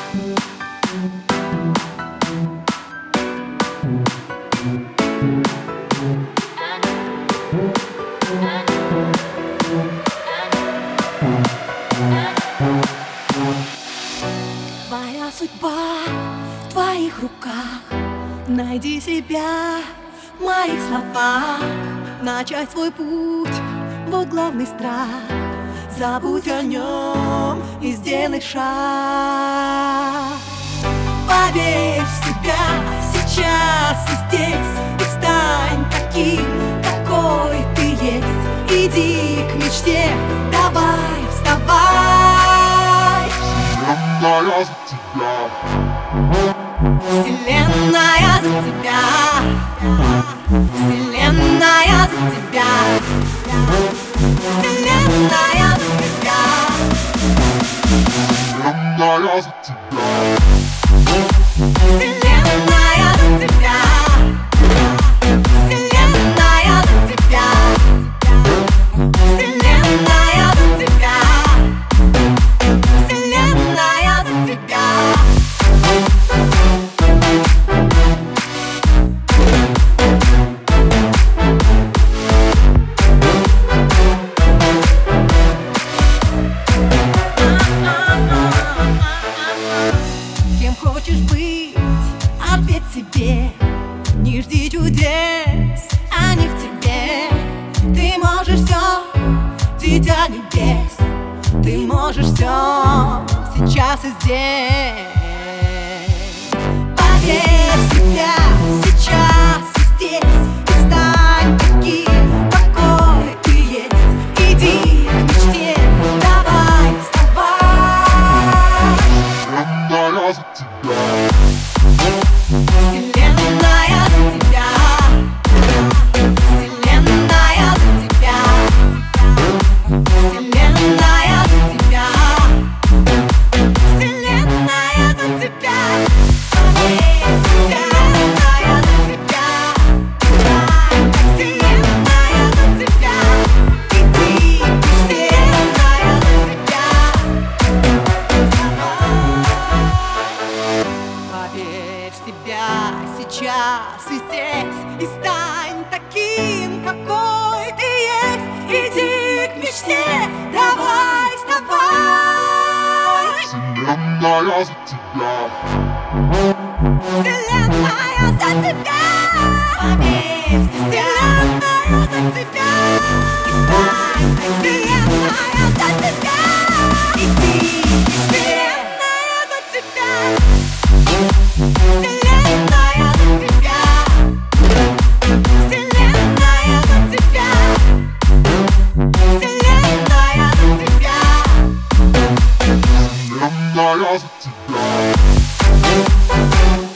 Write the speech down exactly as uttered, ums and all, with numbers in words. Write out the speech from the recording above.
Твоя судьба в твоих руках. Найди себя в моих словах. Начать свой путь, вот главный страх. Забудь о нем и сделай шаг. Поверь в себя сейчас и здесь, и стань таким, какой ты есть. Иди к мечте, давай, вставай. Вселенная за тебя. Вселенная за тебя. Вселенная за тебя. Вселенная за тебя. Вселенная за тебя. Вселенная за тебя. Вселенная за тебя. Вселенная за тебя. Вселенная за тебя. Кем хочешь быть, ответь себе. Не жди чудес, они в тебе. Ты можешь все, дитя небес. Ты можешь все, сейчас и здесь. Поверь в себя, сейчас и здесь. И стань таким, какой ты есть. Иди к мечте, давай, вставай. Вселенная за тебя. Вселенная за тебя. Вселенная за тебя. Вселенная за тебя. Вселенная за тебя. Поверь в себя, Вселенная за тебя. Вселенная за тебя. Иди к мечте, Вселенная за тебя. Поверь в себя сейчас и здесь, и стань таким, какой ты есть. Иди к мечте, давай, вставай. Вселенная за тебя. Вселенная за тебя. Поверь в себя, Вселенная за тебя. И стань Вселенная за тебя. Иди к Вселенная за тебя. Вселенная за тебя. Вселенная за тебя. Вселенная за тебя. Вселенная за тебя.